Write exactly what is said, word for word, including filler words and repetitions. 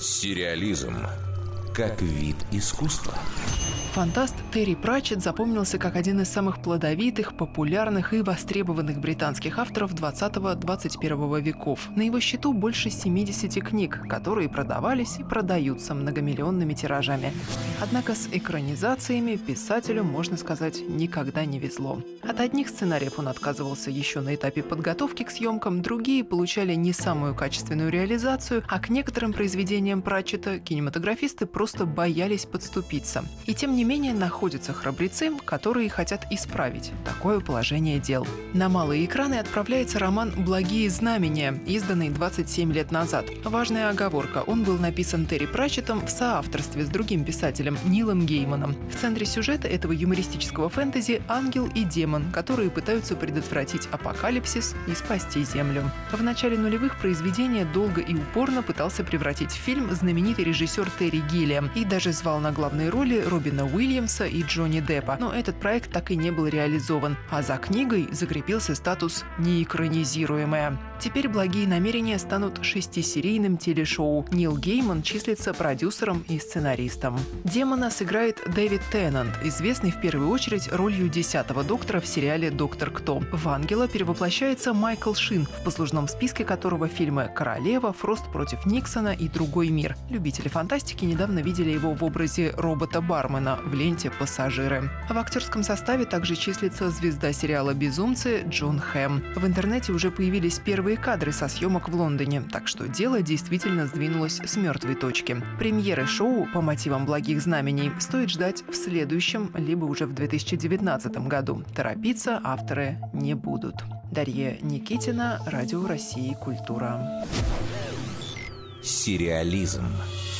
Сюрреализм как вид искусства. Фантаст Терри Пратчетт запомнился как один из самых плодовитых, популярных и востребованных британских авторов двадцатого-двадцать первого веков. На его счету больше семидесяти книг, которые продавались и продаются многомиллионными тиражами. Однако с экранизациями писателю, можно сказать, никогда не везло. От одних сценариев он отказывался еще на этапе подготовки к съемкам, другие получали не самую качественную реализацию, а к некоторым произведениям Пратчетта кинематографисты просто боялись подступиться. И тем не менее находятся храбрецы, которые хотят исправить такое положение дел. На малые экраны отправляется роман «Благие знамения», изданный двадцать семь лет назад. Важная оговорка – он был написан Терри Пратчеттом в соавторстве с другим писателем Нилом Гейманом. В центре сюжета этого юмористического фэнтези – ангел и демон, которые пытаются предотвратить апокалипсис и спасти Землю. В начале нулевых произведение долго и упорно пытался превратить в фильм знаменитый режиссер Терри Гиллиам и даже звал на главные роли Робина Уильямса и Джонни Деппа. Но этот проект так и не был реализован, а за книгой закрепился статус «неэкранизируемая». Теперь «Благие намерения» станут шестисерийным телешоу. Нил Гейман числится продюсером и сценаристом. Демона сыграет Дэвид Теннант, известный в первую очередь ролью десятого доктора в сериале «Доктор Кто». В ангела перевоплощается Майкл Шин, в послужном списке которого фильмы «Королева», «Фрост против Никсона» и «Другой мир». Любители фантастики недавно видели его в образе робота-бармена в ленте «Пассажиры». В актерском составе также числится звезда сериала «Безумцы» Джон Хэм. В интернете уже появились первые кадры со съемок в Лондоне, так что дело действительно сдвинулось с мертвой точки. Премьеры шоу по мотивам «Благих знамений» стоит ждать в следующем, либо уже в две тысячи девятнадцатом году. Торопиться авторы не будут. Дарья Никитина, Радио России «Культура». Сюрреализм